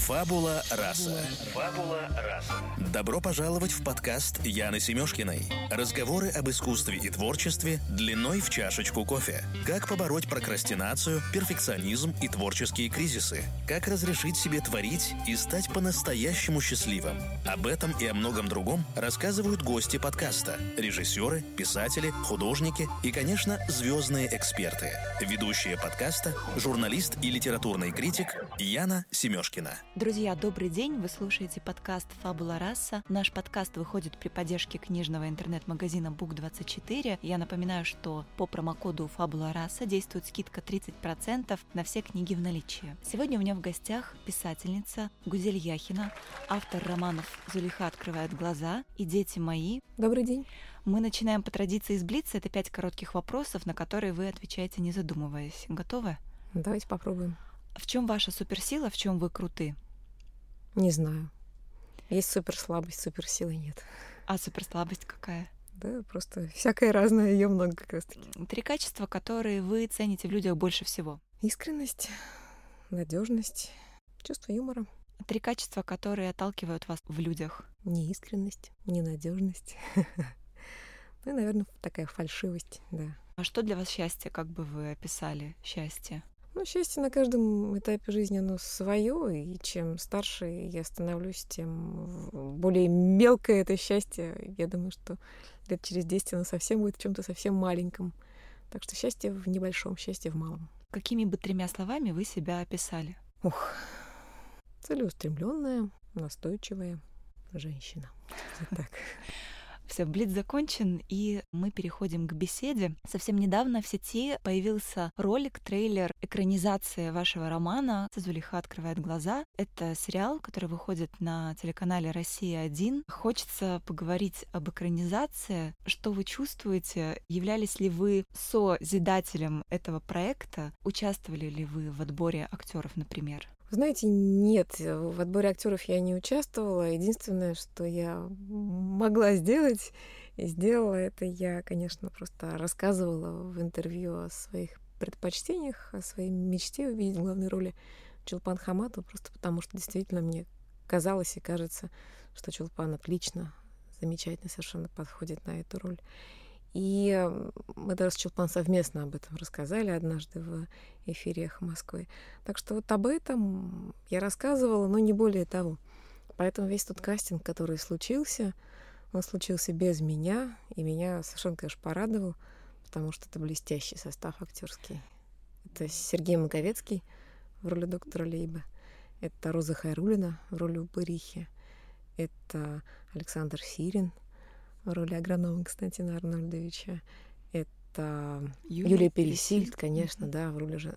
Фабула раса. Добро пожаловать в подкаст Яны Семёшкиной. Разговоры об искусстве и творчестве длиной в чашечку кофе. Как побороть прокрастинацию, перфекционизм и творческие кризисы. Как разрешить себе творить и стать по-настоящему счастливым. Об этом и о многом другом рассказывают гости подкаста. Режиссеры, писатели, художники и, конечно, звездные эксперты. Ведущая подкаста, журналист и литературный критик Яна Семёшкина. Друзья, добрый день! Вы слушаете подкаст «Фабула раса». Наш подкаст выходит при поддержке книжного интернет-магазина Book24. Я напоминаю, что по промокоду «Фабула раса» действует скидка 30% на все книги в наличии. Сегодня у меня в гостях писательница Гузель Яхина, автор романов «Зулейха открывает глаза» и «Дети мои». Добрый день. Мы начинаем по традиции с блица. Это 5 коротких вопросов, на которые вы отвечаете, не задумываясь. Готовы? Давайте попробуем. В чем ваша суперсила, в чем вы круты? Не знаю. Есть суперслабость, суперсилы нет. А суперслабость какая? Да, просто всякое разное, ее много как раз-таки. 3 качества, которые вы цените в людях больше всего. Искренность, надежность, чувство юмора. 3 качества, которые отталкивают вас в людях. Неискренность, ненадежность. Ну и, наверное, такая фальшивость, да. А что для вас счастье? Как бы вы описали счастье? Ну, счастье на каждом этапе жизни, оно свое, и чем старше я становлюсь, тем более мелкое это счастье. Я думаю, что лет через 10 оно совсем будет в чем-то совсем маленьком. Так что счастье в небольшом, счастье в малом. Какими бы 3 словами вы себя описали? Целеустремленная, настойчивая женщина. Вот так. Все, блиц закончен, и мы переходим к беседе. Совсем недавно в сети появился ролик, трейлер экранизации вашего романа «Зулейха открывает глаза». Это сериал, который выходит на телеканале «Россия-1». Хочется поговорить об экранизации. Что вы чувствуете? Являлись ли вы созидателем этого проекта? Участвовали ли вы в отборе актеров, например? Вы знаете, нет, в отборе актеров я не участвовала. Единственное, что я могла сделать, и сделала это, я, конечно, просто рассказывала в интервью о своих предпочтениях, о своей мечте увидеть в главной роли Чулпан Хаматову, просто потому что действительно мне казалось и кажется, что Чулпан отлично, замечательно совершенно подходит на эту роль. И мы даже с Чулпан совместно об этом рассказали однажды в эфире «Эхо Москвы». Так что вот об этом я рассказывала, но не более того. Поэтому весь тот кастинг, который случился, он случился без меня, и меня совершенно, конечно, порадовал, потому что это блестящий состав актерский. Это Сергей Маковецкий в роли доктора Лейба, это Роза Хайруллина в роли упырихи, это Александр Сирин в роли агронома Константина Арнольдовича. Это Юлия Пересильд, конечно, да,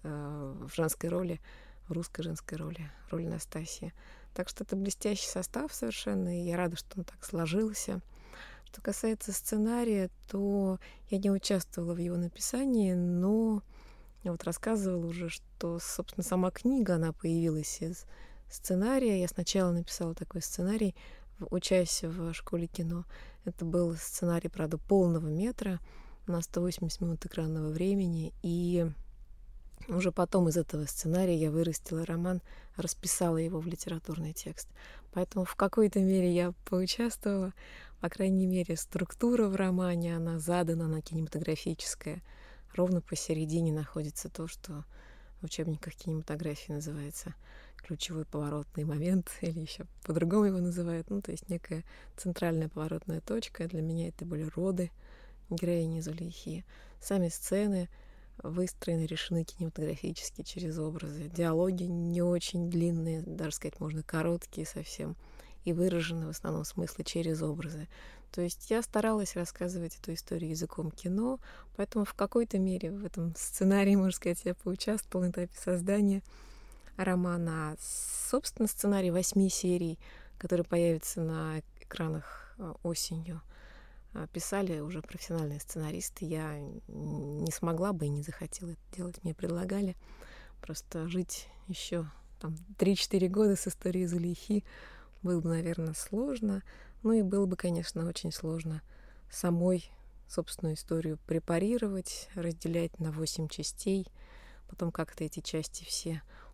в женской роли, в русской женской роли, в роли Настасьи. Так что это блестящий состав совершенно, и я рада, что он так сложился. Что касается сценария, то я не участвовала в его написании, но я вот рассказывала уже, что, собственно, сама книга, она появилась из сценария. Я сначала написала такой сценарий, учась в школе кино. Это был сценарий, правда, полного метра на 180 минут экранного времени. И уже потом из этого сценария я вырастила роман, расписала его в литературный текст. Поэтому в какой-то мере я поучаствовала. По крайней мере, структура в романе, она задана, она кинематографическая. Ровно посередине находится то, что в учебниках кинематографии называется ключевой поворотный момент, или еще по-другому его называют. Ну, то есть некая центральная поворотная точка. Для меня это были роды героини Зулейхи. Сами сцены выстроены, решены кинематографически через образы. Диалоги не очень длинные, даже сказать можно короткие совсем, и выражены в основном смысле через образы. То есть я старалась рассказывать эту историю языком кино, поэтому в какой-то мере в этом сценарии, можно сказать, я поучаствовала на этапе создания романа. Собственно, сценарий 8 серий, который появится на экранах осенью, писали уже профессиональные сценаристы. Я не смогла бы и не захотела это делать. Мне предлагали просто жить еще там 3-4 года с историей Зулейхи было бы, наверное, сложно. Ну и было бы, конечно, очень сложно самой собственную историю препарировать, разделять на 8 частей, потом как-то эти части все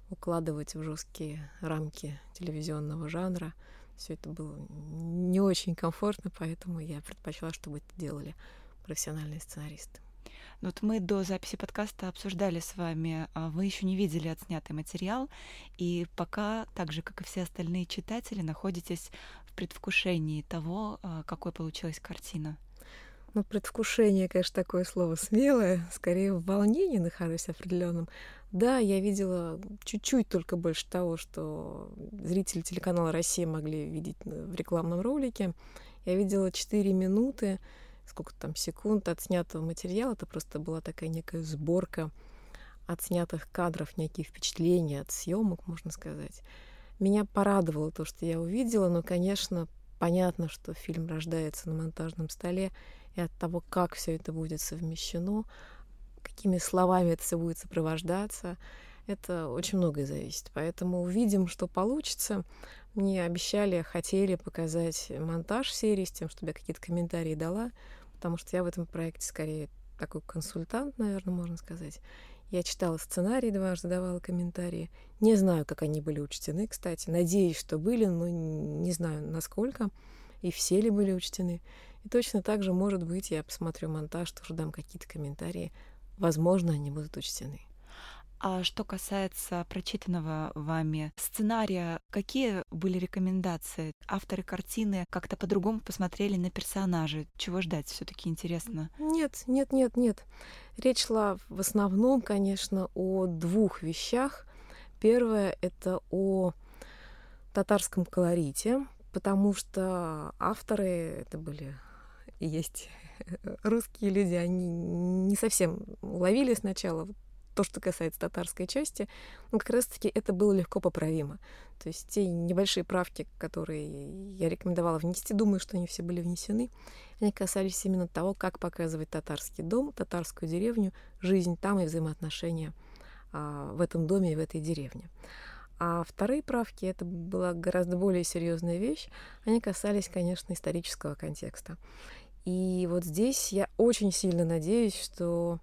укладывать в жесткие рамки телевизионного жанра. Все это было не очень комфортно, поэтому я предпочла, чтобы это делали профессиональные сценаристы. Вот мы до записи подкаста обсуждали с вами, вы еще не видели отснятый материал, и пока, так же, как и все остальные читатели, находитесь в предвкушении того, какой получилась картина. Ну, предвкушение, конечно, такое слово смелое, скорее в волнении нахожусь определенном. Да, я видела чуть-чуть только больше того, что зрители телеканала «Россия» могли видеть в рекламном ролике. Я видела 4 минуты, сколько там секунд отснятого материала. Это просто была такая некая сборка отснятых кадров, некие впечатления от съемок, можно сказать. Меня порадовало то, что я увидела, но, конечно, понятно, что фильм рождается на монтажном столе, и от того, как все это будет совмещено, какими словами это все будет сопровождаться, это очень многое зависит. Поэтому увидим, что получится. Мне обещали, хотели показать монтаж серии с тем, чтобы я какие-то комментарии дала, потому что я в этом проекте скорее такой консультант, наверное, можно сказать. Я читала сценарий дважды, давала комментарии. Не знаю, как они были учтены, кстати. Надеюсь, что были, но не знаю, насколько. И все ли были учтены. И точно так же, может быть, я посмотрю монтаж, тоже дам какие-то комментарии. Возможно, они будут учтены. А что касается прочитанного вами сценария, какие были рекомендации? Авторы картины как-то по-другому посмотрели на персонажей. Чего ждать? Все-таки интересно. Нет. Речь шла в основном, конечно, о 2 вещах. Первое — это о татарском колорите, потому что авторы это были и есть русские люди, они не совсем уловили сначала то, что касается татарской части, но как раз-таки это было легко поправимо. То есть те небольшие правки, которые я рекомендовала внести, думаю, что они все были внесены, они касались именно того, как показывать татарский дом, татарскую деревню, жизнь там и взаимоотношения в этом доме и в этой деревне. А вторые правки — это была гораздо более серьезная вещь. Они касались, конечно, исторического контекста. И вот здесь я очень сильно надеюсь, что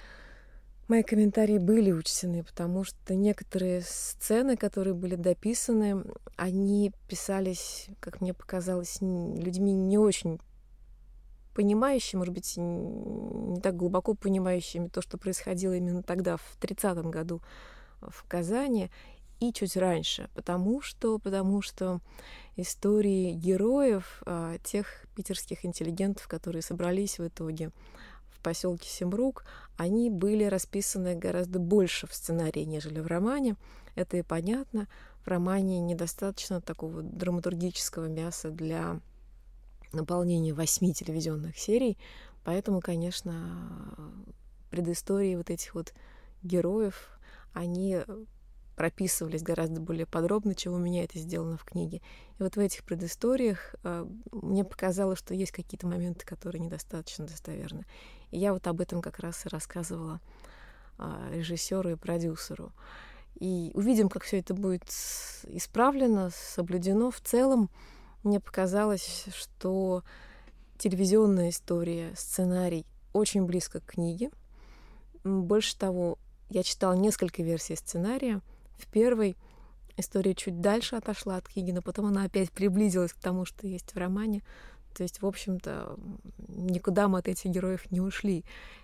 мои комментарии были учтены, потому что некоторые сцены, которые были дописаны, они писались, как мне показалось, людьми не очень понимающими, может быть, не так глубоко понимающими то, что происходило именно тогда, в 30-м году в Казани, и чуть раньше, потому что истории героев, тех питерских интеллигентов, которые собрались в итоге в поселке Семрук, они были расписаны гораздо больше в сценарии, нежели в романе. Это и понятно. В романе недостаточно такого драматургического мяса для наполнения 8 телевизионных серий, поэтому, конечно, предыстории вот этих вот героев, они прописывались гораздо более подробно, чем у меня это сделано в книге. И вот в этих предысториях мне показалось, что есть какие-то моменты, которые недостаточно достоверны. И я вот об этом как раз и рассказывала режиссеру и продюсеру. И увидим, как все это будет исправлено, соблюдено. В целом, мне показалось, что телевизионная история, сценарий очень близко к книге. Больше того, я читала несколько версий сценария. В первой история чуть дальше отошла от книги, но потом она опять приблизилась к тому, что есть в романе. То есть, в общем-то, никуда мы от этих героев не ушли.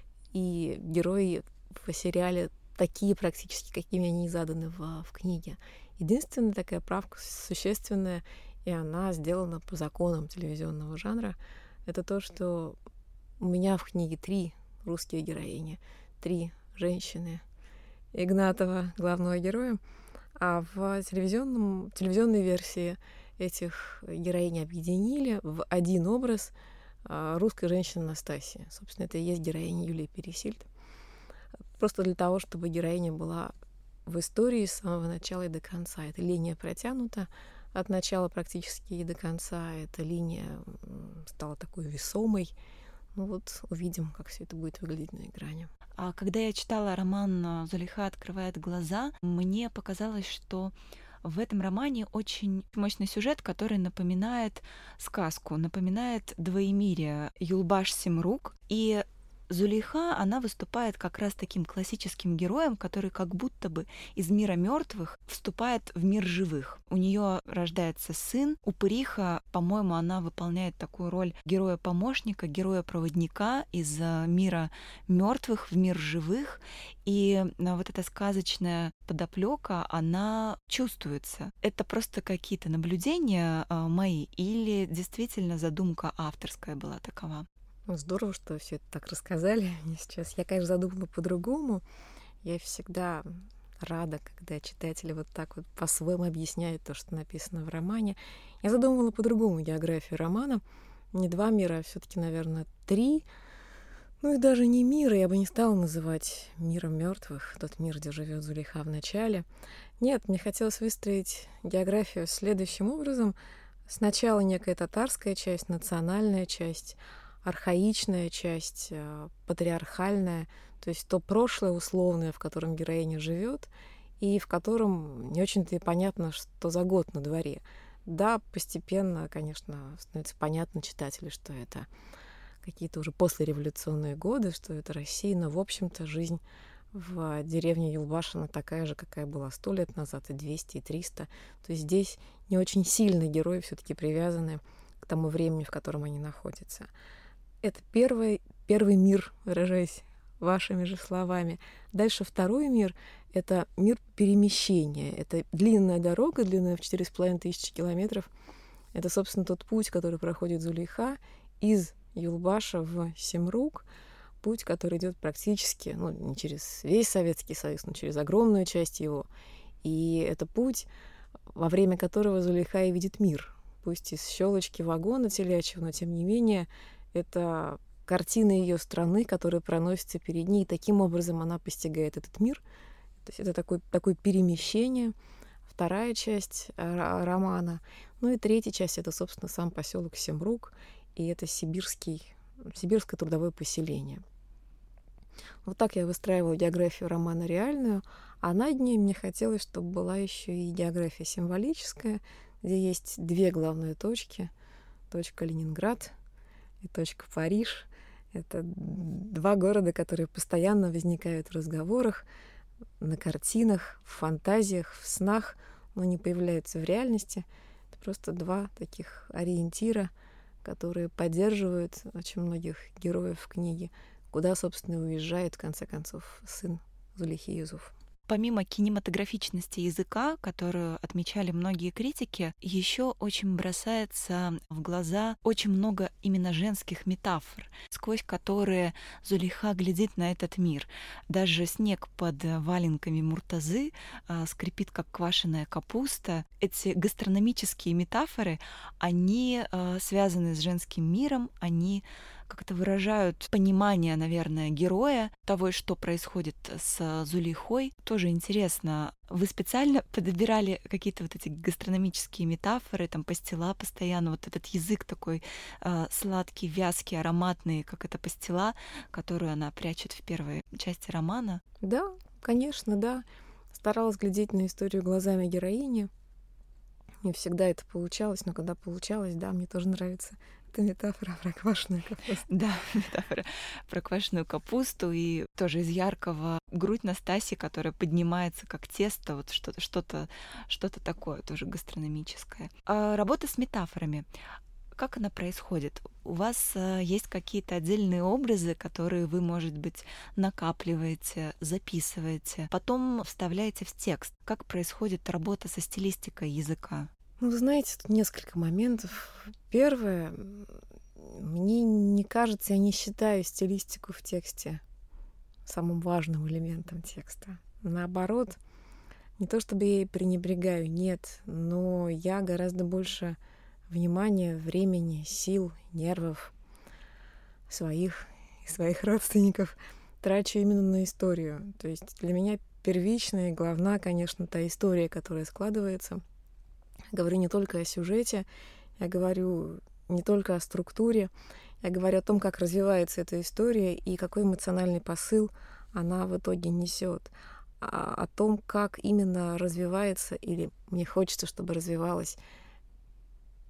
И герои в сериале такие практически, какими они и заданы в книге. Единственная такая правка существенная, и она сделана по законам телевизионного жанра, это то, что у меня в книге 3 русские героини, 3 женщины, Игнатова, главного героя, а в телевизионной версии этих героинь объединили в один образ русской женщины Настасии. Собственно, это и есть героиня Юлия Пересильд. Просто для того, чтобы героиня была в истории с самого начала и до конца. Эта линия протянута от начала практически и до конца. Эта линия стала такой весомой. Ну вот увидим, как все это будет выглядеть на экране. А когда я читала роман «Зулейха открывает глаза», мне показалось, что в этом романе очень мощный сюжет, который напоминает сказку, напоминает двоемирие Юлбаш Семрук. И Зулейха, она выступает как раз таким классическим героем, который как будто бы из мира мертвых вступает в мир живых. У нее рождается сын. Упыриха, по-моему, она выполняет такую роль героя-помощника, героя-проводника из мира мертвых в мир живых. И вот эта сказочная подоплека, она чувствуется. Это просто какие-то наблюдения мои или действительно задумка авторская была такова? Здорово, что все это так рассказали мне сейчас. Я, конечно, задумала по-другому. Я всегда рада, когда читатели вот так вот по-своему объясняют то, что написано в романе. Я задумывала по-другому географию романа. Не 2 мира, а все-таки, наверное, 3. Ну и даже не мира, я бы не стала называть миром мертвых, тот мир, где живет Зулейха в начале. Нет, мне хотелось выстроить географию следующим образом. Сначала некая татарская часть, национальная часть, архаичная часть, патриархальная, то есть то прошлое условное, в котором героиня живет, и в котором не очень-то и понятно, что за год на дворе. Да, постепенно, конечно, становится понятно читателю, что это какие-то уже послереволюционные годы, что это Россия, но, в общем-то, жизнь в деревне Юлбашина такая же, какая была 100 лет назад, и 200, и 300. То есть здесь не очень сильно герои все-таки привязаны к тому времени, в котором они находятся. Это первый мир, выражаясь вашими же словами. Дальше второй мир — это мир перемещения. Это длинная дорога, длинная в 4500 километров. Это, собственно, тот путь, который проходит Зулейха из Юлбаша в Семрук. Путь, который идет практически, не через весь Советский Союз, но через огромную часть его. И это путь, во время которого Зулейха и видит мир. Пусть из щелочки вагона телячьего, но тем не менее это картина ее страны, которая проносится перед ней, и таким образом она постигает этот мир. То есть это такое перемещение. Вторая часть романа. Ну и третья часть — это, собственно, сам поселок Семрук, и это сибирское трудовое поселение. Вот так я выстраивала географию романа реальную, а над ней мне хотелось, чтобы была еще и география символическая, где есть 2 главные точки. Точка Ленинград и точка Париж. Это 2 города, которые постоянно возникают в разговорах, на картинах, в фантазиях, в снах, но не появляются в реальности. Это просто 2 таких ориентира, которые поддерживают очень многих героев в книге, куда, собственно, уезжает, в конце концов, сын Зулейхи Юзуф. Помимо кинематографичности языка, которую отмечали многие критики, еще очень бросается в глаза очень много именно женских метафор, сквозь которые Зулейха глядит на этот мир. Даже снег под валенками Муртазы скрипит, как квашеная капуста. Эти гастрономические метафоры, они связаны с женским миром, они как-то выражают понимание, наверное, героя, того, что происходит с Зулейхой. Тоже интересно. Вы специально подбирали какие-то вот эти гастрономические метафоры, там пастила постоянно, вот этот язык такой сладкий, вязкий, ароматный, как эта пастила, которую она прячет в первой части романа? Да, конечно, да. Старалась глядеть на историю глазами героини. Не всегда это получалось, но когда получалось, да, мне тоже нравится эта метафора про квашеную капусту. Да, метафора про квашеную капусту и тоже из яркого грудь Настасьи, которая поднимается как тесто, вот что-то такое тоже гастрономическое. Работа с метафорами. Как она происходит? У вас есть какие-то отдельные образы, которые вы, может быть, накапливаете, записываете, потом вставляете в текст. Как происходит работа со стилистикой языка? Вы знаете, тут несколько моментов. Первое, мне не кажется, я не считаю стилистику в тексте самым важным элементом текста. Наоборот, не то чтобы я ей пренебрегаю, нет, но я гораздо больше внимания, времени, сил, нервов своих и своих родственников трачу именно на историю. То есть для меня первичная и главная, конечно, та история, которая складывается. Я говорю не только о сюжете, я говорю не только о структуре, я говорю о том, как развивается эта история и какой эмоциональный посыл она в итоге несет, о том, как именно развивается, или мне хочется, чтобы развивалась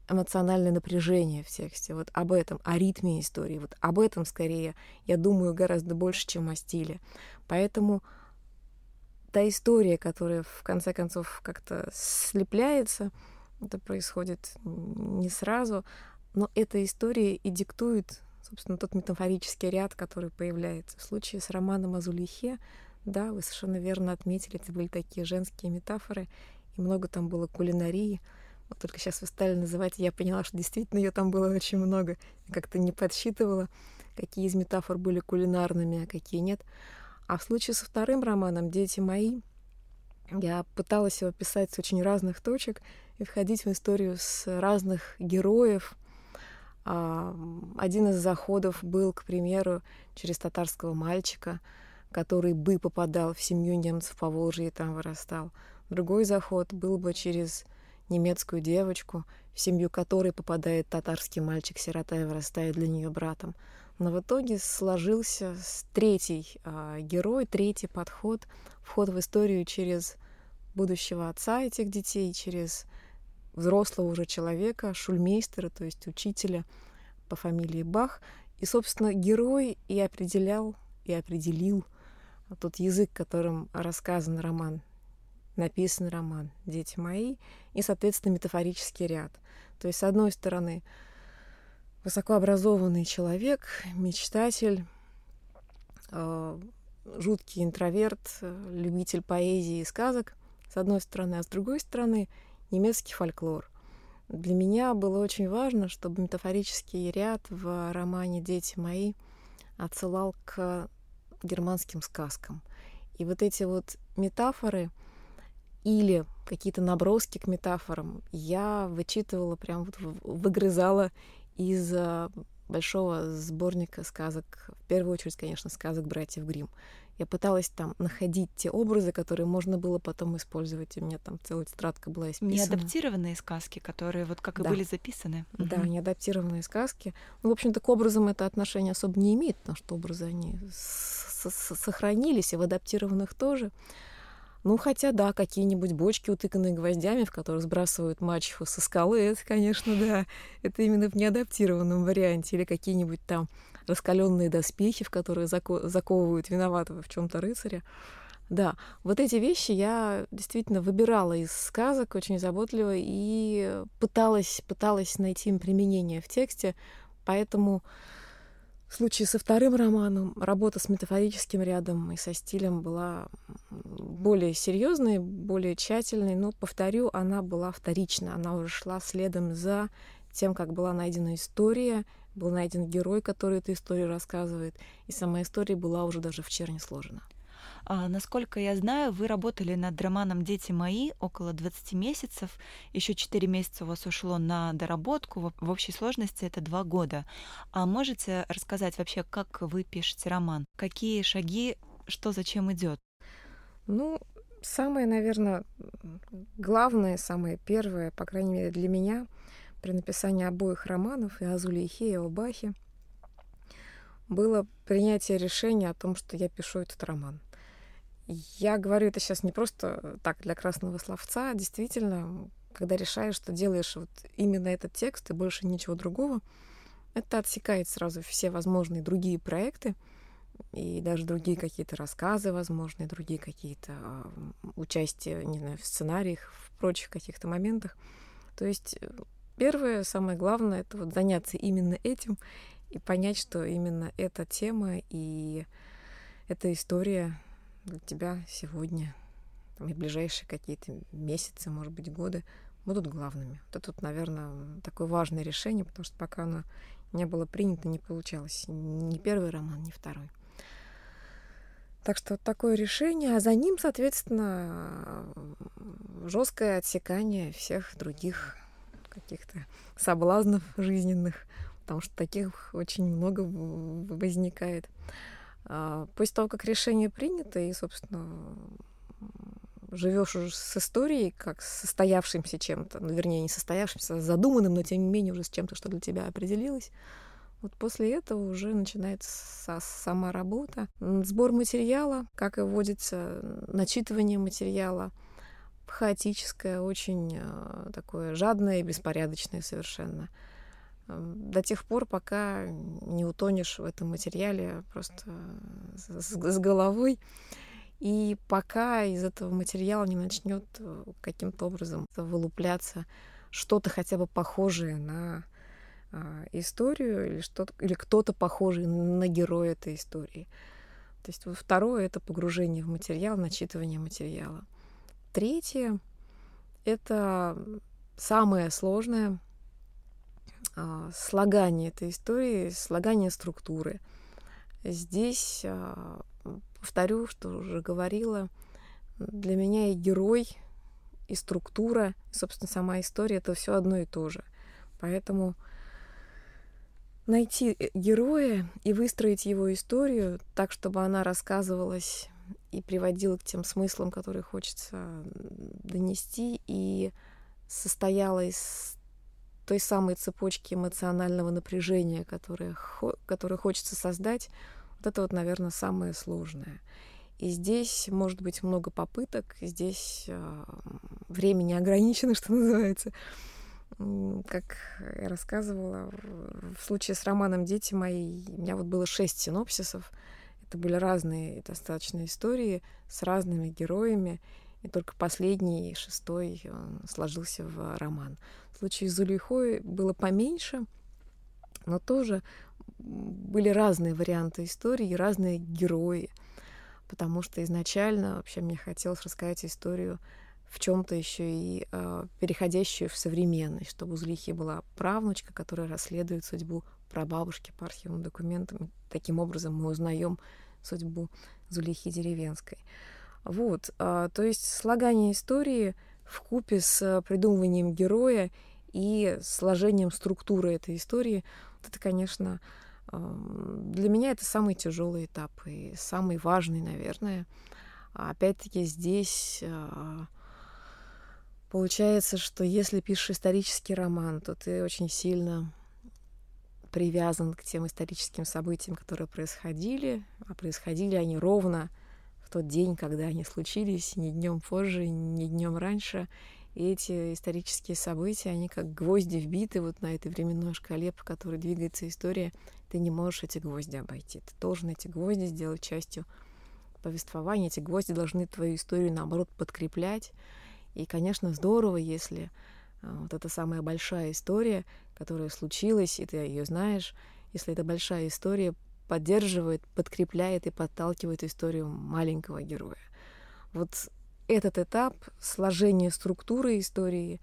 эмоциональное напряжение в тексте, вот об этом, о ритме истории, вот об этом скорее я думаю гораздо больше, чем о стиле. Поэтому та история, которая в конце концов как-то слепляется, это происходит не сразу, но эта история и диктует, собственно, тот метафорический ряд, который появляется. В случае с романом о Зулейхе, да, вы совершенно верно отметили, это были такие женские метафоры, и много там было кулинарии. Вот только сейчас вы стали называть, и я поняла, что действительно ее там было очень много. Я как-то не подсчитывала, какие из метафор были кулинарными, а какие нет. А в случае со вторым романом «Дети мои» я пыталась его писать с очень разных точек и входить в историю с разных героев. Один из заходов был, к примеру, через татарского мальчика, который бы попадал в семью немцев по Волжье и там вырастал. Другой заход был бы через немецкую девочку, в семью которой попадает татарский мальчик-сирота и вырастает для нее братом. Но в итоге сложился третий герой, третий подход, вход в историю через будущего отца этих детей, через взрослого уже человека, шульмейстера, то есть учителя по фамилии Бах. И, собственно, герой и определил тот язык, которым рассказан роман, написан роман «Дети мои», и, соответственно, метафорический ряд. То есть, с одной стороны, высокообразованный человек, мечтатель, жуткий интроверт, любитель поэзии и сказок, с одной стороны, а с другой стороны, немецкий фольклор. Для меня было очень важно, чтобы метафорический ряд в романе «Дети мои» отсылал к германским сказкам. И вот эти вот метафоры или какие-то наброски к метафорам я вычитывала, прям вот выгрызала из большого сборника сказок, в первую очередь, конечно, сказок братьев Гримм. Я пыталась там находить те образы, которые можно было потом использовать. И у меня там целая тетрадка была исписана. Неадаптированные сказки, которые вот как и были записаны. Да, неадаптированные сказки. Ну, в общем-то, к образам это отношение особо не имеет, потому что образы, они сохранились, и в адаптированных тоже. Ну, хотя, да, какие-нибудь бочки, утыканные гвоздями, в которых сбрасывают мачеху со скалы, это, конечно, да, это именно в неадаптированном варианте. Или какие-нибудь там раскаленные доспехи, в которые заковывают виноватого в чем-то рыцаря. Да, вот эти вещи я действительно выбирала из сказок очень заботливо и пыталась найти им применение в тексте, поэтому в случае со вторым романом работа с метафорическим рядом и со стилем была более серьезной, более тщательной, но, повторю, она была вторична. Она уже шла следом за тем, как была найдена история, был найден герой, который эту историю рассказывает, и сама история была уже даже в черне сложена. Насколько я знаю, вы работали над романом «Дети мои» около 20 месяцев. Еще 4 месяца у вас ушло на доработку. В общей сложности это 2 года. А можете рассказать вообще, как вы пишете роман? Какие шаги, что зачем идет? Ну, самое, наверное, главное, самое первое, по крайней мере для меня, при написании обоих романов, и о Зулейхе, и о Бахе, было принятие решения о том, что я пишу этот роман. Я говорю это сейчас не просто так для красного словца, а действительно, когда решаешь, что делаешь вот именно этот текст и больше ничего другого, это отсекает сразу все возможные другие проекты и даже другие какие-то рассказы, возможные, другие какие-то участия, не знаю, в сценариях, в прочих каких-то моментах. То есть первое, самое главное, это вот заняться именно этим и понять, что именно эта тема и эта история для тебя сегодня там, и ближайшие какие-то месяцы, может быть, годы будут главными. Вот это, наверное, такое важное решение, потому что пока оно не было принято, не получалось ни первый роман, ни второй. Так что вот такое решение, а за ним, соответственно, жесткое отсекание всех других каких-то соблазнов жизненных, потому что таких очень много возникает. После того, как решение принято, и, собственно, живешь уже с историей, как с состоявшимся чем-то, ну, вернее, не состоявшимся, а задуманным, но тем не менее уже с чем-то, что для тебя определилось, вот после этого уже начинается сама работа. Сбор материала, как и вводится, начитывание материала, хаотическое, очень такое жадное и беспорядочное совершенно. До тех пор, пока не утонешь в этом материале просто с головой, и пока из этого материала не начнет каким-то образом вылупляться что-то хотя бы похожее на историю или кто-то похожий на героя этой истории. То есть второе — это погружение в материал, начитывание материала. Третье — это самое сложное — слагание этой истории, слагание структуры. Здесь, повторю, что уже говорила, для меня и герой, и структура, и, собственно, сама история — это все одно и то же. Поэтому найти героя и выстроить его историю так, чтобы она рассказывалась и приводила к тем смыслам, которые хочется донести, и состояла из той самой цепочки эмоционального напряжения, которое хочется создать, вот это вот, наверное, самое сложное. И здесь может быть много попыток, здесь время не ограничено, что называется. Как я рассказывала, в случае с романом «Дети мои» у меня вот было 6 синопсисов. Это были разные достаточно истории с разными героями, и только последний, 6-й, сложился в роман. В случае с «Зулейхой» было поменьше, но тоже были разные варианты истории и разные герои, потому что изначально вообще мне хотелось рассказать историю в чем-то еще и переходящую в современность, чтобы у Зулейхи была правнучка, которая расследует судьбу прабабушки по архивным документам. Таким образом мы узнаем судьбу Зулейхи Деревенской. Вот, то есть слагание истории вкупе с придумыванием героя и сложением структуры этой истории, вот это, конечно, для меня это самый тяжелый этап и самый важный, наверное. Опять-таки здесь получается, что если пишешь исторический роман, то ты очень сильно привязан к тем историческим событиям, которые происходили, а происходили они ровно в тот день, когда они случились, ни днем позже, ни днем раньше. И эти исторические события, они как гвозди вбиты вот на этой временной шкале, по которой двигается история. Ты не можешь эти гвозди обойти. Ты должен эти гвозди сделать частью повествования. Эти гвозди должны твою историю, наоборот, подкреплять. И, конечно, здорово, если вот эта самая большая история, которая случилась, и ты ее знаешь, если эта большая история поддерживает, подкрепляет и подталкивает историю маленького героя. Вот этот этап сложения структуры истории,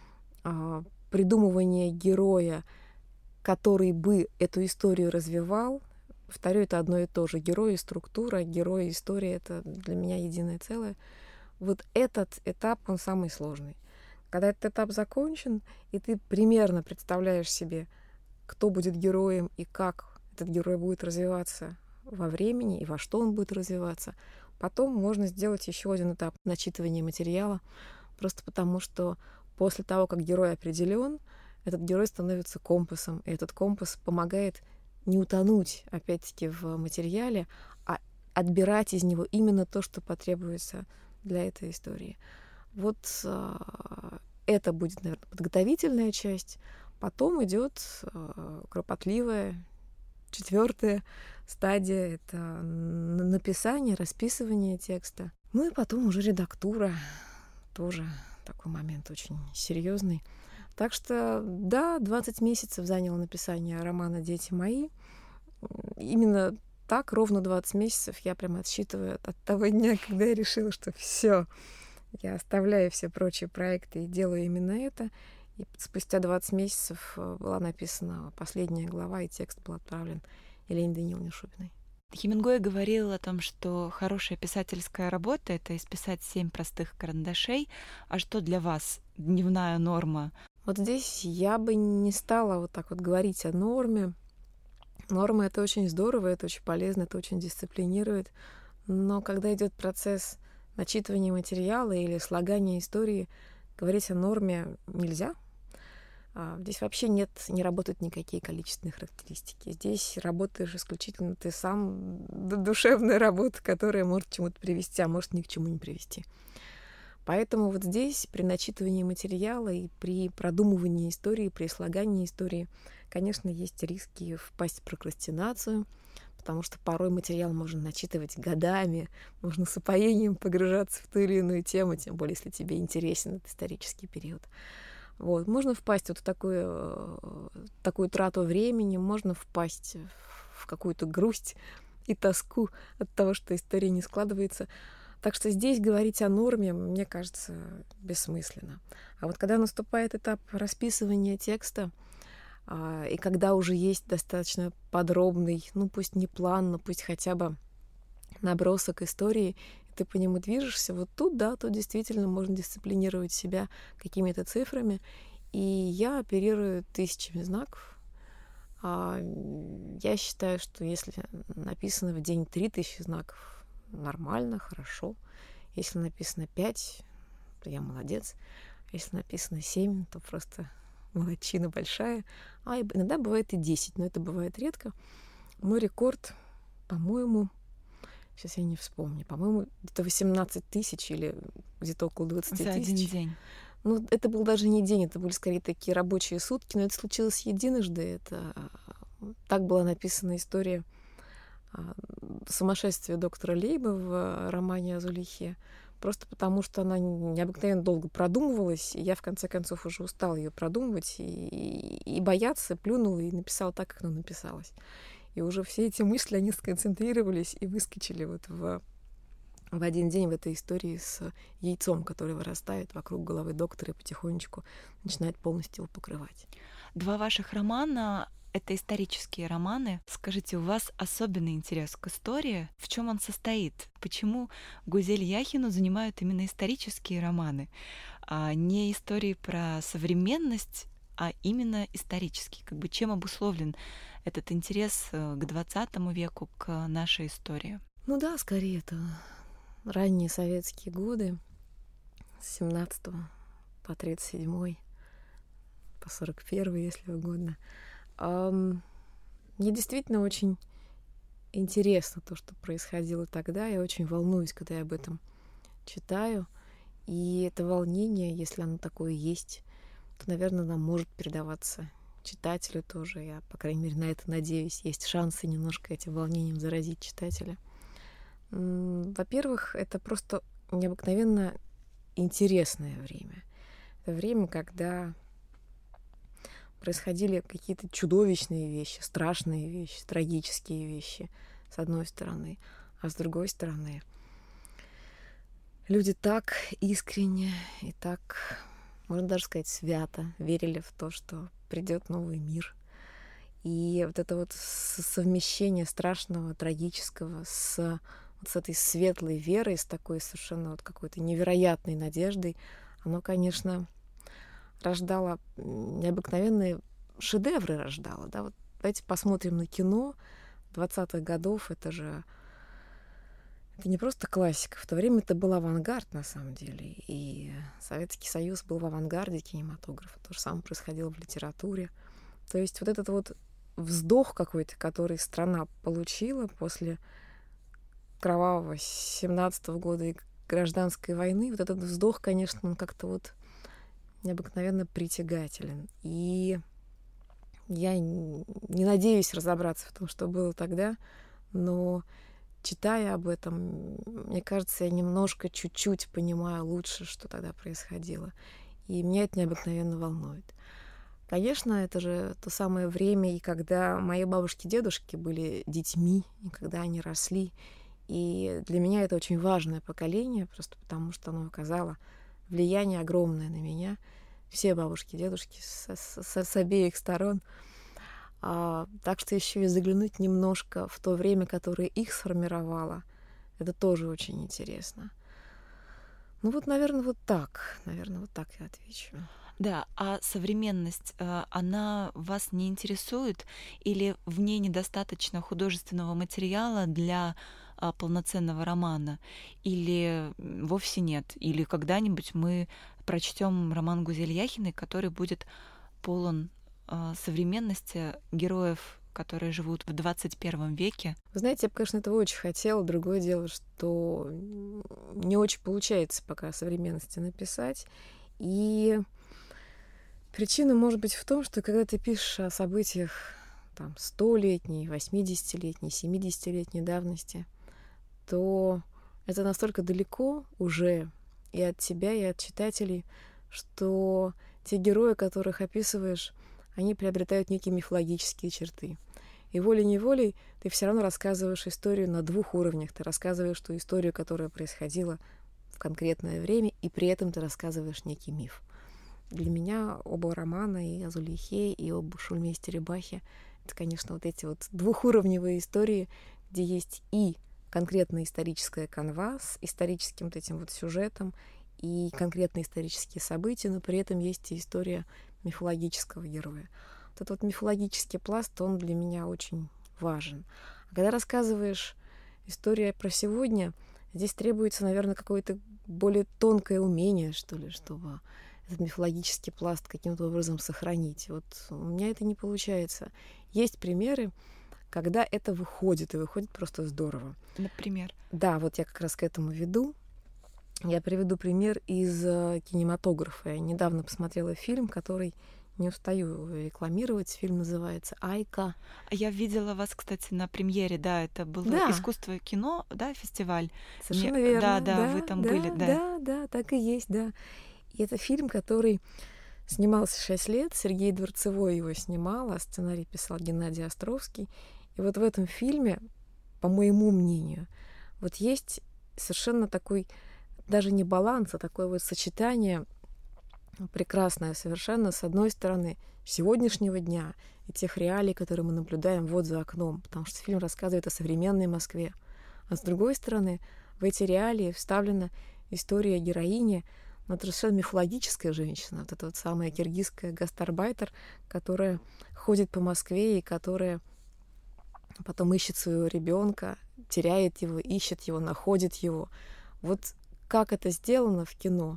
придумывания героя, который бы эту историю развивал. Повторю, это одно и то же. Герой и структура, герой и история — это для меня единое целое. Вот этот этап, он самый сложный. Когда этот этап закончен, и ты примерно представляешь себе, кто будет героем и как этот герой будет развиваться во времени и во что он будет развиваться, потом можно сделать еще один этап начитывания материала, просто потому что после того, как герой определен, этот герой становится компасом, и этот компас помогает не утонуть, опять-таки, в материале, а отбирать из него именно то, что потребуется для этой истории. Вот это будет, наверное, подготовительная часть. Потом идет кропотливая 4-я стадия. Это написание, расписывание текста. Ну и потом уже редактура. Тоже такой момент очень серьезный. Так что, да, 20 месяцев заняло написание романа «Дети мои». Именно так, ровно 20 месяцев я прям отсчитываю от того дня, когда я решила, что все, я оставляю все прочие проекты и делаю именно это. И спустя 20 месяцев была написана последняя глава, и текст был отправлен Елене Даниловне Шубиной. Хемингуэй говорил о том, что хорошая писательская работа — это исписать 7 простых карандашей. А что для вас дневная норма? Вот здесь я бы не стала вот так вот говорить о норме. Норма — это очень здорово, это очень полезно, это очень дисциплинирует. Но когда идет процесс начитывания материала или слагания истории, говорить о норме нельзя. Здесь вообще не работают никакие количественные характеристики. Здесь работаешь исключительно ты сам, душевная работа, которая может к чему-то привести, а может ни к чему не привести. Поэтому вот здесь при начитывании материала и при продумывании истории, при слагании истории, конечно, есть риски впасть в прокрастинацию, потому что порой материал можно начитывать годами, можно с упоением погружаться в ту или иную тему, тем более, если тебе интересен этот исторический период. Вот. Можно впасть вот в такую трату времени, можно впасть в какую-то грусть и тоску от того, что история не складывается. Так что здесь говорить о норме, мне кажется, бессмысленно. А вот когда наступает этап расписывания текста, и когда уже есть достаточно подробный, ну пусть не план, но пусть хотя бы набросок истории, и ты по нему движешься, вот тут, да, тут действительно можно дисциплинировать себя какими-то цифрами. И я оперирую тысячами знаков. Я считаю, что если написано в день 3000 знаков, нормально, хорошо. Если написано 5, то я молодец. Если написано 7, то просто молодчина большая. А иногда бывает и 10, но это бывает редко. Мой рекорд, по-моему, сейчас я не вспомню, по-моему, где-то 18 тысяч или где-то около 20 тысяч. За один день. Ну, это был даже не день, это были скорее такие рабочие сутки, но это случилось единожды. Так была написана история сумасшествие доктора Лейба в романе о Зулейхе, просто потому что она необыкновенно долго продумывалась, и я в конце концов уже устала ее продумывать и бояться, плюнула и написала так, как она написалась. И уже все эти мысли, они сконцентрировались и выскочили вот в один день в этой истории с яйцом, которое вырастает вокруг головы доктора и потихонечку начинает полностью его покрывать. 2 ваших романа — это исторические романы. Скажите, у вас особенный интерес к истории? В чем он состоит? Почему Гузель Яхину занимают именно исторические романы, а не истории про современность, а именно исторические? Как бы чем обусловлен этот интерес к 20 веку, к нашей истории? Ну да, скорее это ранние советские годы, с 17 по 37, по 41, если угодно. Мне действительно очень интересно то, что происходило тогда. Я очень волнуюсь, когда я об этом читаю. И это волнение, если оно такое есть, то, наверное, нам может передаваться читателю тоже. Я, по крайней мере, на это надеюсь. Есть шансы немножко этим волнением заразить читателя. Во-первых, это просто необыкновенно интересное время. Это время, когда происходили какие-то чудовищные вещи, страшные вещи, трагические вещи, с одной стороны. А с другой стороны, люди так искренне и так, можно даже сказать, свято верили в то, что придет новый мир. И вот это вот совмещение страшного, трагического с этой светлой верой, с такой совершенно вот какой-то невероятной надеждой, оно, конечно, рождало необыкновенные шедевры, рождало. Да? Вот давайте посмотрим на кино 20-х годов. Это не просто классика. В то время это был авангард, на самом деле. И Советский Союз был в авангарде кинематографа. То же самое происходило в литературе. То есть вот этот вот вздох какой-то, который страна получила после кровавого 17-го года и гражданской войны, вот этот вздох, конечно, он как-то вот необыкновенно притягателен. И я не надеюсь разобраться в том, что было тогда, но читая об этом, мне кажется, я немножко, чуть-чуть понимаю лучше, что тогда происходило. И меня это необыкновенно волнует. Конечно, это же то самое время, и когда мои бабушки и дедушки были детьми, и когда они росли. И для меня это очень важное поколение, просто потому что оно оказало влияние огромное на меня. Все бабушки и дедушки с обеих сторон. Так что еще и заглянуть немножко в то время, которое их сформировало, это тоже очень интересно. Ну вот, наверное, вот так я отвечу. Да, а современность, она вас не интересует? Или в ней недостаточно художественного материала для полноценного романа? Или вовсе нет? Или когда-нибудь мы прочтем роман Гузель Яхиной, который будет полон современности, героев которые живут в 21 веке. Вы знаете, я бы, конечно, этого очень хотела. Другое дело, что не очень получается пока о современности написать. И причина может быть в том, что когда ты пишешь о событиях там 100-летней, 80-летней, 70-летней давности, то это настолько далеко уже и от тебя, и от читателей, что те герои, которых описываешь, они приобретают некие мифологические черты. И волей-неволей ты все равно рассказываешь историю на двух уровнях. Ты рассказываешь ту историю, которая происходила в конкретное время, и при этом ты рассказываешь некий миф. Для меня оба романа, и о Зулейхе, и об Шульмейстере Бахе, это, конечно, вот эти вот двухуровневые истории, где есть и конкретная историческая канва с историческим вот этим вот сюжетом, и конкретные исторические события, но при этом есть и история мифологического героя. Вот этот вот мифологический пласт, он для меня очень важен. А когда рассказываешь историю про сегодня, здесь требуется, наверное, какое-то более тонкое умение, что ли, чтобы этот мифологический пласт каким-то образом сохранить. Вот у меня это не получается. Есть примеры, когда это выходит, и выходит просто здорово. Например? Да, вот я как раз к этому веду. Я приведу пример из кинематографа. Я недавно посмотрела фильм, который не устаю рекламировать. Фильм называется «Айка». Я видела вас, кстати, на премьере, да, это было «Искусство кино», да, фестиваль? Совершенно верно. Да, вы там были, да. Да, так и есть, да. И это фильм, который снимался 6 лет. Сергей Дворцевой его снимал, а сценарий писал Геннадий Островский. И вот в этом фильме, по моему мнению, вот есть совершенно такой, даже не баланс, а такое вот сочетание прекрасное совершенно, с одной стороны, сегодняшнего дня и тех реалий, которые мы наблюдаем вот за окном, потому что фильм рассказывает о современной Москве. А с другой стороны, в эти реалии вставлена история героини, но это совершенно мифологическая женщина, вот эта вот самая киргизская гастарбайтер, которая ходит по Москве и которая потом ищет своего ребенка, теряет его, ищет его, находит его. Вот как это сделано в кино,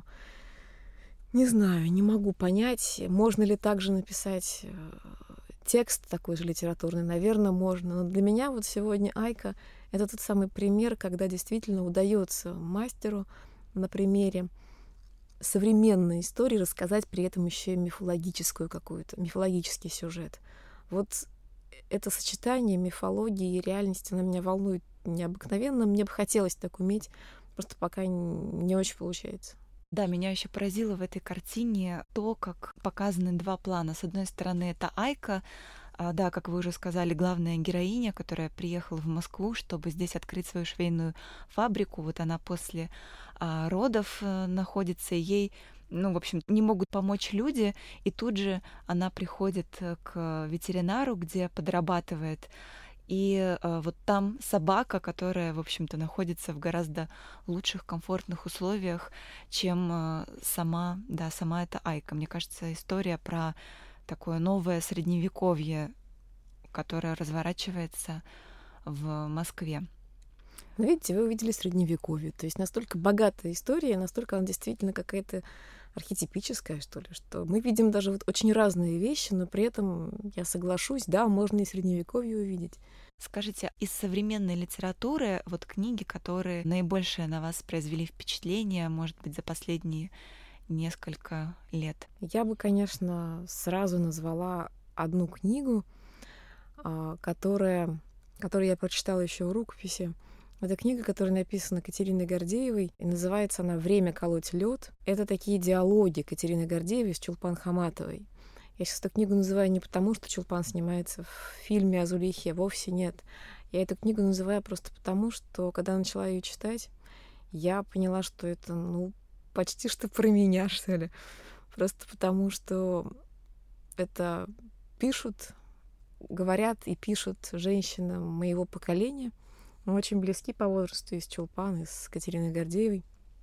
не знаю, не могу понять. Можно ли также написать текст такой же литературный? Наверное, можно. Но для меня вот сегодня «Айка» — это тот самый пример, когда действительно удается мастеру на примере современной истории рассказать при этом еще и мифологическую какую-то, мифологический сюжет. Вот это сочетание мифологии и реальности, оно меня волнует необыкновенно. Мне бы хотелось так уметь, просто пока не очень получается. Да, меня еще поразило в этой картине то, как показаны два плана. С одной стороны, это Айка, да, как вы уже сказали, главная героиня, которая приехала в Москву, чтобы здесь открыть свою швейную фабрику. Вот она после родов находится, и ей, в общем, не могут помочь люди, и тут же она приходит к ветеринару, где подрабатывает. И вот там собака, которая, в общем-то, находится в гораздо лучших, комфортных условиях, чем сама эта Айка. Мне кажется, история про такое новое средневековье, которое разворачивается в Москве. Но видите, вы увидели средневековье. То есть настолько богатая история, настолько она действительно какая-то архетипическая, что ли, что мы видим даже вот очень разные вещи, но при этом я соглашусь, да, можно и средневековье увидеть. Скажите, из современной литературы вот книги, которые наибольшее на вас произвели впечатление, может быть, за последние несколько лет? Я бы, конечно, сразу назвала одну книгу, которую я прочитала еще в рукописи. Это книга, которая написана Катериной Гордеевой, и называется она «Время колоть лед». Это такие диалоги Катерины Гордеевой с Чулпан Хаматовой. Я сейчас эту книгу называю не потому, что Чулпан снимается в фильме о Зулейхе, вовсе нет. Я эту книгу называю просто потому, что, когда начала ее читать, я поняла, что это, почти что про меня, что ли. Просто потому, что это говорят и пишут женщины моего поколения. Мы очень близки по возрасту и с Чулпан, и с Катериной Гордеевой.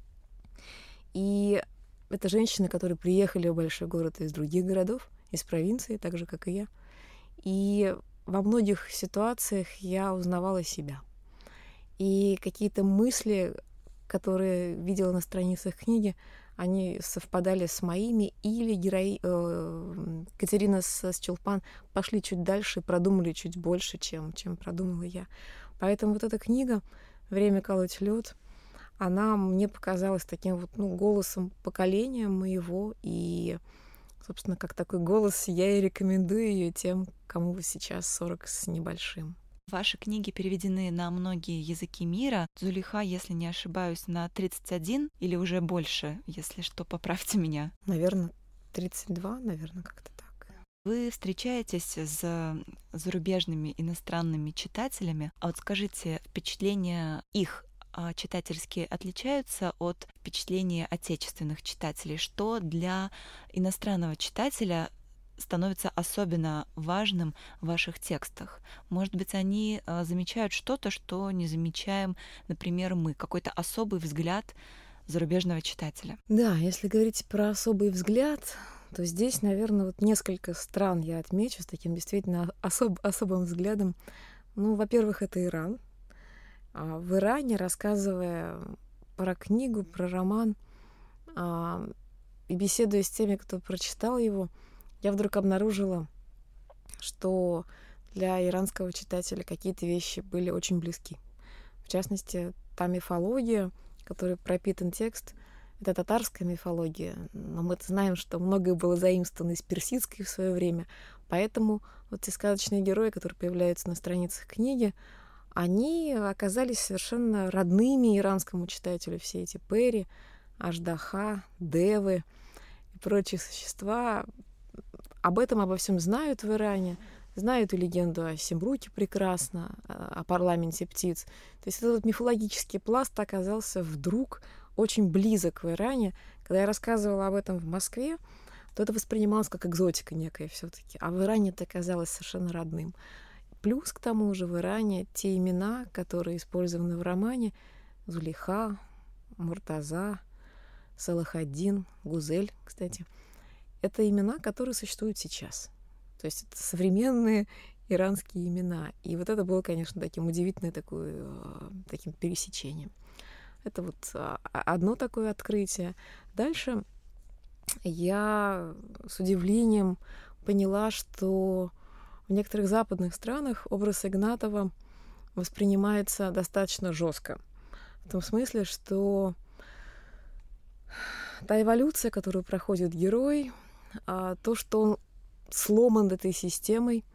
И это женщины, которые приехали в большой город из других городов, из провинции, так же, как и я. И во многих ситуациях я узнавала себя. И какие-то мысли, которые видела на страницах книги, они совпадали с моими, или Екатерина с Чулпан пошли чуть дальше и продумали чуть больше, чем продумала я. Поэтому вот эта книга «Время колоть лед», она мне показалась таким вот, голосом поколения моего. И, собственно, как такой голос я и рекомендую ее тем, кому сейчас 40 с небольшим. Ваши книги переведены на многие языки мира. Зулейха, если не ошибаюсь, на 31 или уже больше, если что, поправьте меня. Наверное, 32, как-то так. Вы встречаетесь с зарубежными иностранными читателями, а вот скажите, впечатления их читательские отличаются от впечатления отечественных читателей? Что для иностранного читателя становится особенно важным в ваших текстах? Может быть, они замечают что-то, что не замечаем, например, мы, какой-то особый взгляд зарубежного читателя? Да, если говорить про особый взгляд, то здесь, наверное, вот несколько стран я отмечу с таким действительно особым взглядом. Во-первых, это Иран. В Иране, рассказывая про книгу, про роман, и беседуя с теми, кто прочитал его, я вдруг обнаружила, что для иранского читателя какие-то вещи были очень близки. В частности, та мифология, которой пропитан текст, это татарская мифология. Но мы знаем, что многое было заимствовано из персидской в свое время. Поэтому вот те сказочные герои, которые появляются на страницах книги, они оказались совершенно родными иранскому читателю. Все эти Пери, Аждаха, Девы и прочие существа обо всем знают в Иране, знают и легенду о Семруке прекрасно, о парламенте птиц. То есть этот мифологический пласт оказался вдруг очень близок в Иране. Когда я рассказывала об этом в Москве, то это воспринималось как экзотика некая все-таки, а в Иране это оказалось совершенно родным. Плюс, к тому же, в Иране те имена, которые использованы в романе, Зулейха, Муртаза, Салахаддин, Гузель, кстати, это имена, которые существуют сейчас. То есть это современные иранские имена. И вот это было, конечно, таким удивительным таким пересечением. Это вот одно такое открытие. Дальше я с удивлением поняла, что в некоторых западных странах образ Игнатова воспринимается достаточно жестко. В том смысле, что та эволюция, которую проходит герой, то, что он сломан этой системой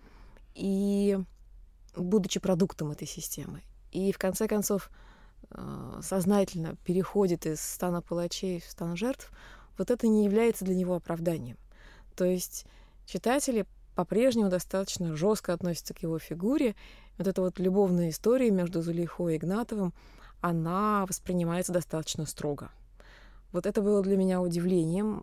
и будучи продуктом этой системы. И в конце концов сознательно переходит из стана палачей в стан жертв, вот это не является для него оправданием. То есть читатели по-прежнему достаточно жестко относятся к его фигуре. Вот эта вот любовная история между Зулейхой и Игнатовым, она воспринимается достаточно строго. Вот это было для меня удивлением.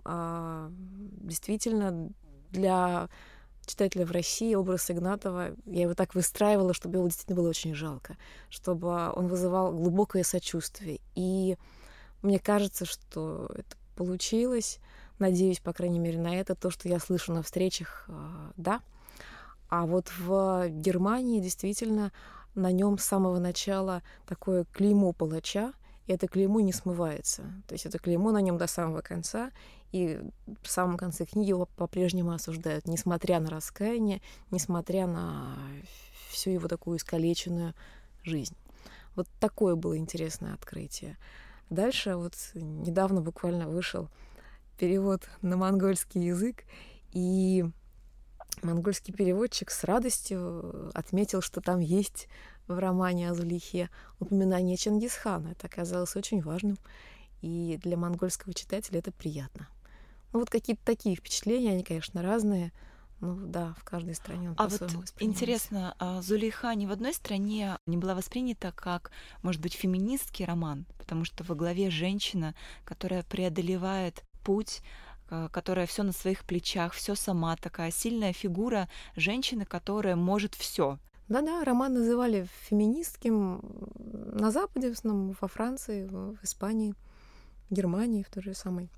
Действительно, для читателя в России образ Игнатова, я его так выстраивала, чтобы его действительно было очень жалко, чтобы он вызывал глубокое сочувствие. И мне кажется, что это получилось. Надеюсь, по крайней мере, на это. То, что я слышу на встречах, да. А вот в Германии действительно на нем с самого начала такое клеймо палача, и это клеймо не смывается. То есть это клеймо на нем до самого конца, и в самом конце книги его по-прежнему осуждают, несмотря на раскаяние, несмотря на всю его такую искалеченную жизнь. Вот такое было интересное открытие. Дальше вот недавно буквально вышел перевод на монгольский язык, и монгольский переводчик с радостью отметил, что там есть в романе о Зулейхе упоминание Чингисхана. Это оказалось очень важным, и для монгольского читателя это приятно. Вот какие-то такие впечатления, они, конечно, разные. Да, в каждой стране он по-своему воспринимается. Интересно, Зулейха ни в одной стране не была воспринята как, может быть, феминистский роман, потому что во главе женщина, которая преодолевает путь, которая все на своих плечах, все сама, такая сильная фигура женщины, которая может все. Да-да, роман называли феминистским на Западе, в основном во Франции, в Испании, в Германии в той же самой.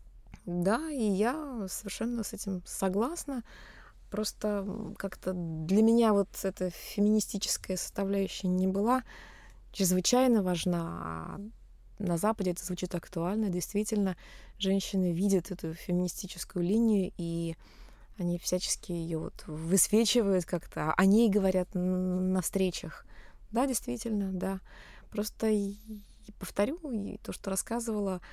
Да, и я совершенно с этим согласна. Просто как-то для меня вот эта феминистическая составляющая не была чрезвычайно важна, а на Западе это звучит актуально. Действительно, женщины видят эту феминистическую линию, и Они всячески ее вот высвечивают как-то, о ней говорят на встречах. Да, действительно, да. Просто повторю и то, что рассказывала,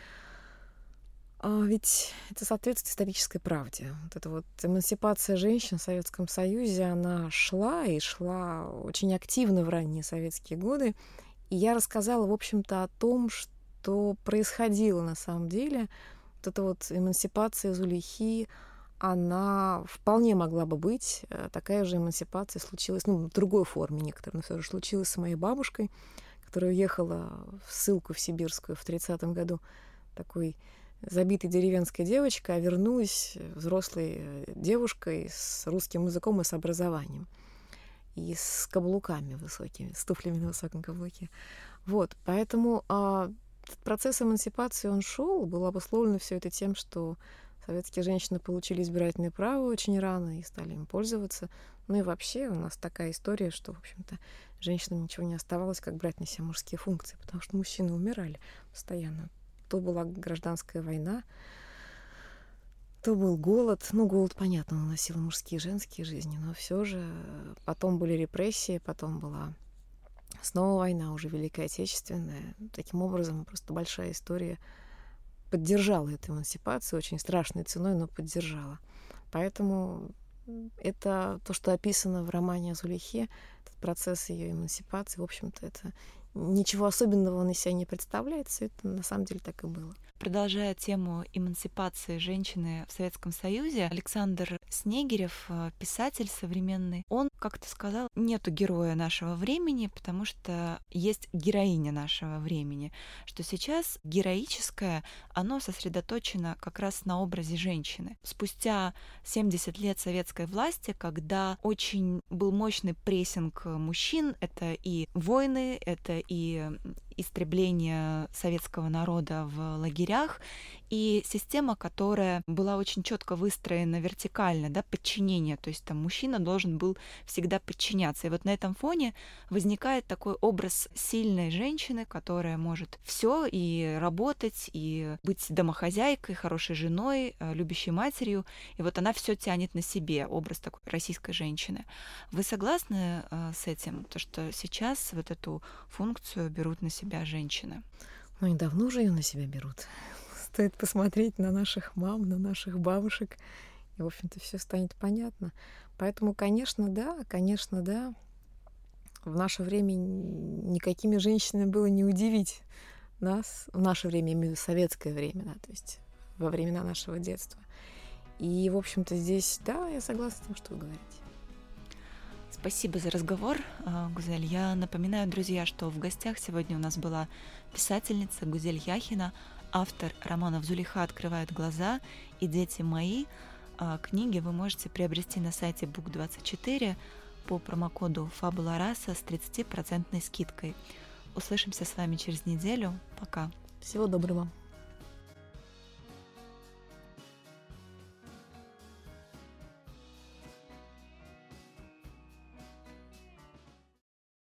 ведь это соответствует исторической правде. Вот эта вот эмансипация женщин в Советском Союзе, она шла и шла очень активно в ранние советские годы. И я рассказала, в общем-то, о том, что происходило на самом деле. Вот эта вот эмансипация Зулейхи, она вполне могла бы быть. Такая же эмансипация случилась, в другой форме некоторые, но все же случилась с моей бабушкой, которая уехала в ссылку в сибирскую в 30-м году, такой забитой деревенской девочкой, а вернулась взрослой девушкой с русским языком и с образованием. И с каблуками высокими, с туфлями на высоком каблуке. Вот, поэтому процесс эмансипации, он шел, было обусловлено все это тем, что советские женщины получили избирательное право очень рано и стали им пользоваться. Ну и вообще у нас такая история, что, в общем-то, женщинам ничего не оставалось, как брать на себя мужские функции, потому что мужчины умирали постоянно. То была гражданская война, то был голод. Голод, понятно, он носил мужские и женские жизни, но все же потом были репрессии, потом была снова война, уже Великая Отечественная. Таким образом, просто большая история поддержала эту эмансипацию, очень страшной ценой, но поддержала. Поэтому это то, что описано в романе о Зулейхе, этот процесс ее эмансипации, в общем-то, это ничего особенного он из себя не представляет, все это на самом деле так и было. Продолжая тему эмансипации женщины в Советском Союзе, Александр Снегирев, писатель современный, он как-то сказал, нету героя нашего времени, потому что есть героиня нашего времени, что сейчас героическое, оно сосредоточено как раз на образе женщины. Спустя 70 лет советской власти, когда очень был мощный прессинг мужчин, это и войны, это и истребление советского народа в лагерях, и система, которая была очень четко выстроена вертикально, подчинение, то есть там мужчина должен был всегда подчиняться. И вот на этом фоне возникает такой образ сильной женщины, которая может все и работать, и быть домохозяйкой, хорошей женой, любящей матерью, и вот она все тянет на себе, образ такой российской женщины. Вы согласны с этим, то что сейчас вот эту функцию берут на себя женщины? И давно уже ее на себя берут. Стоит посмотреть на наших мам, на наших бабушек, и, в общем-то, все станет понятно. Поэтому, конечно, да. В наше время никакими женщинами было не удивить нас. В наше время, именно в советское время, то есть во времена нашего детства. И, в общем-то, здесь, я согласна с тем, что вы говорите. Спасибо за разговор, Гузель. Я напоминаю, друзья, что в гостях сегодня у нас была писательница Гузель Яхина, автор романов «Зулейха открывает глаза» и «Дети мои». Книги вы можете приобрести на сайте Book24 по промокоду Фабула Раса с 30% скидкой. Услышимся с вами через неделю. Пока. Всего доброго.